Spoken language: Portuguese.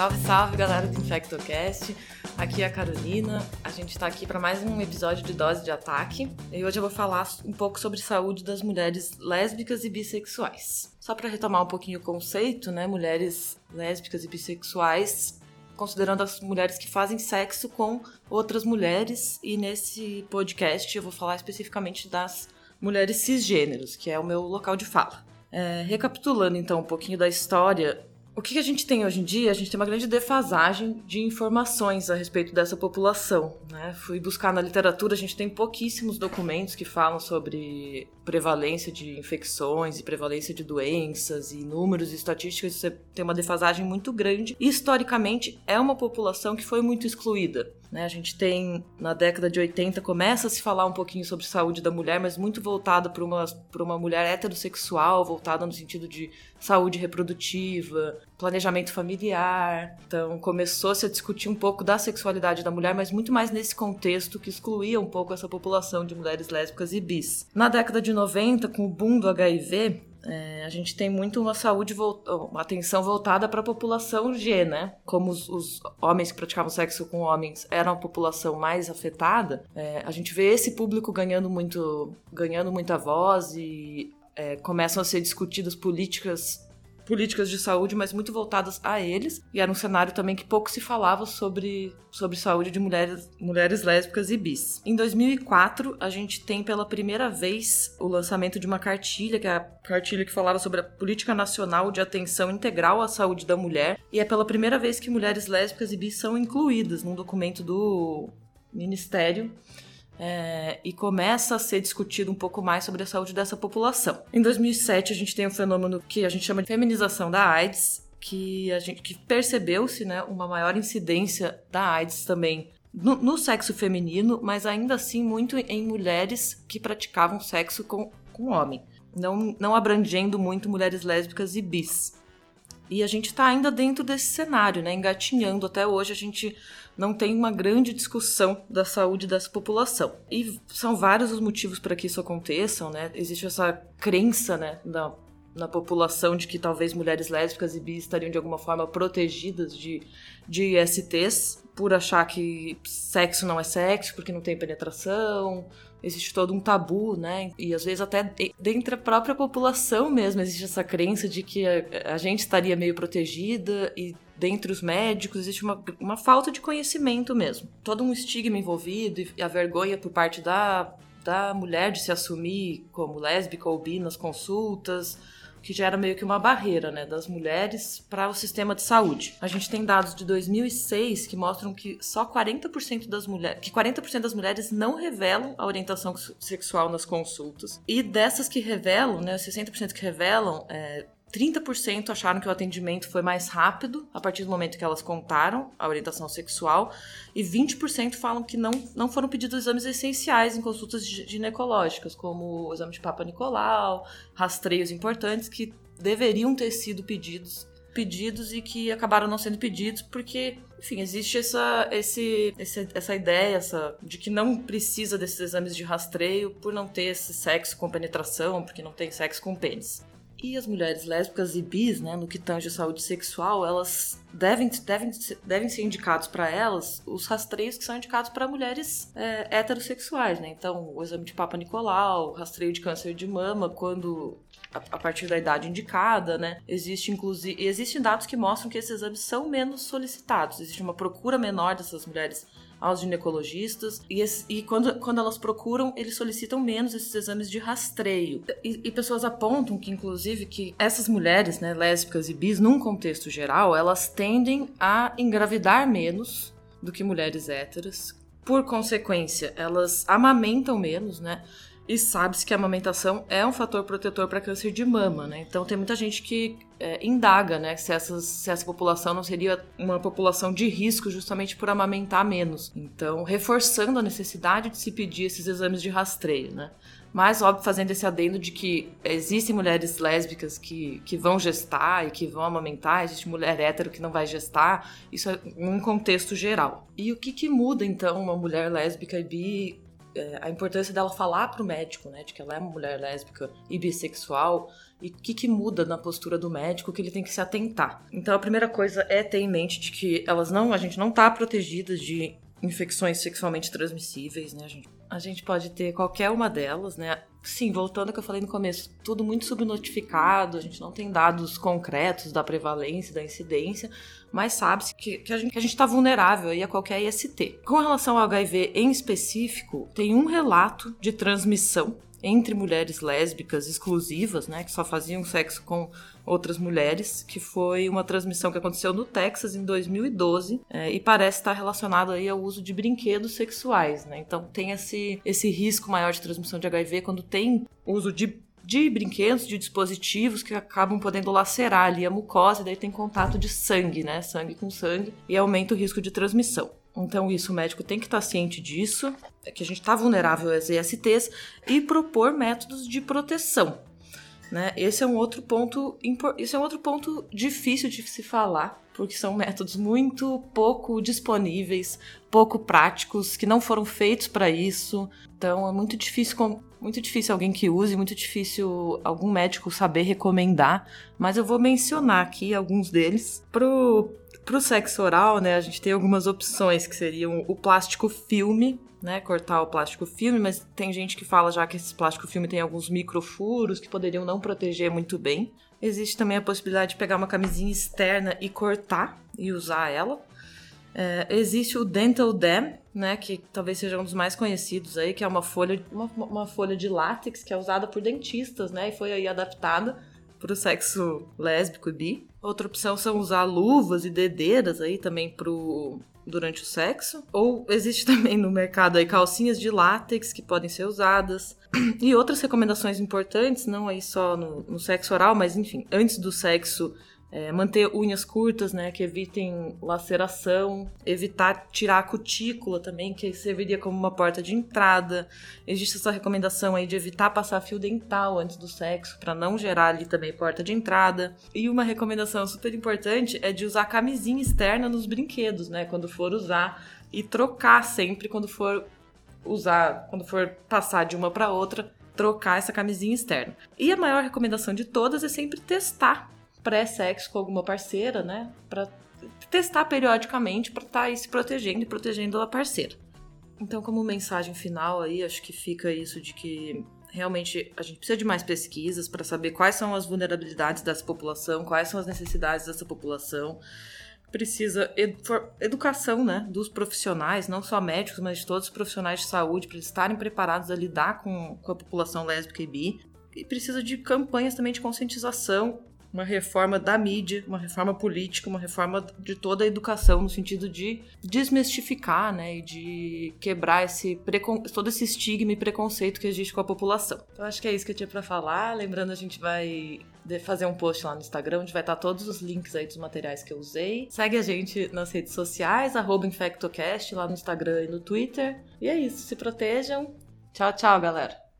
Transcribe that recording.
Salve, salve, galera do InfectoCast. Aqui é a Carolina. A gente está aqui para mais um episódio de Dose de Ataque. E hoje eu vou falar um pouco sobre saúde das mulheres lésbicas e bissexuais. Só para retomar um pouquinho o conceito, né? Mulheres lésbicas e bissexuais, considerando as mulheres que fazem sexo com outras mulheres. E nesse podcast eu vou falar especificamente das mulheres cisgêneros, que é o meu local de fala. Recapitulando então um pouquinho da história, o que a gente tem hoje em dia? A gente tem uma grande defasagem de informações a respeito dessa população, né? Fui buscar na literatura, a gente tem pouquíssimos documentos que falam sobre prevalência de infecções e prevalência de doenças e números e estatísticas. Você tem uma defasagem muito grande. Historicamente, é uma população que foi muito excluída, né? A gente tem, na década de 80, começa a se falar um pouquinho sobre saúde da mulher, mas muito voltada para uma mulher heterossexual, voltada no sentido de saúde reprodutiva, planejamento familiar. Então começou-se a discutir um pouco da sexualidade da mulher, mas muito mais nesse contexto que excluía um pouco essa população de mulheres lésbicas e bis. Na década de 90, com o boom do HIV, a gente tem muito uma uma atenção voltada para a população G, né? Como os homens que praticavam sexo com homens eram a população mais afetada, a gente vê esse público ganhando muita voz e começam a ser discutidas políticas de saúde, mas muito voltadas a eles. E era um cenário também que pouco se falava sobre saúde de mulheres lésbicas e bis. Em 2004, a gente tem pela primeira vez o lançamento de uma cartilha, que é a cartilha que falava sobre a Política Nacional de Atenção Integral à Saúde da Mulher. E é pela primeira vez que mulheres lésbicas e bis são incluídas num documento do Ministério. E começa a ser discutido um pouco mais sobre a saúde dessa população. Em 2007, a gente tem um fenômeno que a gente chama de feminização da AIDS, que percebeu-se, né, uma maior incidência da AIDS também no sexo feminino, mas ainda assim muito em mulheres que praticavam sexo com homem, não abrangendo muito mulheres lésbicas e bis. E a gente está ainda dentro desse cenário, né, engatinhando. Até hoje a gente não tem uma grande discussão da saúde dessa população. E são vários os motivos para que isso aconteça, né? Existe essa crença, né, na população de que talvez mulheres lésbicas e bis estariam de alguma forma protegidas de ISTs, por achar que sexo não é sexo, porque não tem penetração. Existe todo um tabu, né? E às vezes até dentro da própria população mesmo existe essa crença de que a gente estaria meio protegida, e dentre os médicos existe uma falta de conhecimento mesmo. Todo um estigma envolvido e a vergonha por parte da mulher de se assumir como lésbica ou bi nas consultas, que gera meio que uma barreira, né, das mulheres para o sistema de saúde. A gente tem dados de 2006 que mostram que só 40% das mulheres não revelam a orientação sexual nas consultas. E dessas que revelam, né, 60% que revelam, 30% acharam que o atendimento foi mais rápido a partir do momento que elas contaram a orientação sexual, e 20% falam que não foram pedidos exames essenciais em consultas ginecológicas, como o exame de Papa Nicolau, rastreios importantes que deveriam ter sido pedidos e que acabaram não sendo pedidos porque, enfim, existe essa ideia de que não precisa desses exames de rastreio por não ter esse sexo com penetração, porque não tem sexo com pênis. E as mulheres lésbicas e bis, né, no que tange a saúde sexual, elas devem ser indicados para elas os rastreios que são indicados para mulheres heterossexuais, né? Então, o exame de Papa Nicolau, o rastreio de câncer de mama, quando a partir da idade indicada, né? Existem dados que mostram que esses exames são menos solicitados. Existe uma procura menor dessas mulheres aos ginecologistas, e quando elas procuram, eles solicitam menos esses exames de rastreio. E pessoas apontam que, inclusive, que essas mulheres, né, lésbicas e bis, num contexto geral, elas tendem a engravidar menos do que mulheres héteras. Por consequência, elas amamentam menos, né? E sabe-se que a amamentação é um fator protetor para câncer de mama, né? Então tem muita gente que indaga, né, se essa população não seria uma população de risco justamente por amamentar menos. Então, reforçando a necessidade de se pedir esses exames de rastreio, né? Mas, óbvio, fazendo esse adendo de que existem mulheres lésbicas que vão gestar e que vão amamentar, existe mulher hétero que não vai gestar, isso é um contexto geral. E o que muda, então, uma mulher lésbica e bi a importância dela falar pro médico, né, de que ela é uma mulher lésbica e bissexual, e o que muda na postura do médico que ele tem que se atentar. Então a primeira coisa é ter em mente de que a gente não tá protegida de infecções sexualmente transmissíveis, né, a gente pode ter qualquer uma delas, né. Sim, voltando ao que eu falei no começo, tudo muito subnotificado, a gente não tem dados concretos da prevalência, da incidência, mas sabe-se que a gente está vulnerável aí a qualquer IST. Com relação ao HIV em específico, tem um relato de transmissão entre mulheres lésbicas exclusivas, né, que só faziam sexo com outras mulheres, que foi uma transmissão que aconteceu no Texas em 2012, e parece estar relacionado aí ao uso de brinquedos sexuais, né? Então tem esse risco maior de transmissão de HIV quando tem uso de brinquedos, de dispositivos que acabam podendo lacerar ali a mucosa, e daí tem contato de sangue, né? Sangue com sangue, e aumenta o risco de transmissão. Então isso, o médico tem que estar ciente disso, que a gente está vulnerável às ESTs, e propor métodos de proteção, né? Esse é um outro ponto difícil de se falar, porque são métodos muito pouco disponíveis, pouco práticos, que não foram feitos para isso. Então é muito difícil alguém que use, muito difícil algum médico saber recomendar, mas eu vou mencionar aqui alguns deles. Pro sexo oral, né, a gente tem algumas opções que seriam o plástico filme, né, cortar o plástico filme, mas tem gente que fala já que esse plástico filme tem alguns microfuros que poderiam não proteger muito bem. Existe também a possibilidade de pegar uma camisinha externa e cortar e usar ela. Existe o Dental Dam, né, que talvez seja um dos mais conhecidos aí, que é uma folha de látex que é usada por dentistas, né, e foi aí adaptada para o sexo lésbico e bi. Outra opção são usar luvas e dedeiras aí também durante o sexo. Ou existe também no mercado aí calcinhas de látex que podem ser usadas. E outras recomendações importantes, não aí só no sexo oral, mas enfim, antes do sexo, manter unhas curtas, né, que evitem laceração, evitar tirar a cutícula também, que serviria como uma porta de entrada. Existe essa recomendação aí de evitar passar fio dental antes do sexo, para não gerar ali também porta de entrada. E uma recomendação super importante é de usar camisinha externa nos brinquedos, né, quando for usar, e trocar sempre quando for usar, quando for passar de uma para outra, trocar essa camisinha externa. E a maior recomendação de todas é sempre testar pré-sexo com alguma parceira, né? Pra testar periodicamente pra estar aí se protegendo e protegendo a parceira. Então, como mensagem final aí, acho que fica isso de que realmente a gente precisa de mais pesquisas para saber quais são as vulnerabilidades dessa população, quais são as necessidades dessa população. Precisa educação, né, dos profissionais, não só médicos, mas de todos os profissionais de saúde, para eles estarem preparados a lidar com a população lésbica e bi. E precisa de campanhas também de conscientização, uma reforma da mídia, uma reforma política, uma reforma de toda a educação, no sentido de desmistificar, né, e de quebrar todo esse estigma e preconceito que existe com a população. Então acho que é isso que eu tinha pra falar. Lembrando, a gente vai fazer um post lá no Instagram, onde vai estar todos os links aí dos materiais que eu usei. Segue a gente nas redes sociais, @InfectoCast, lá no Instagram e no Twitter. E é isso, se protejam. Tchau, tchau, galera!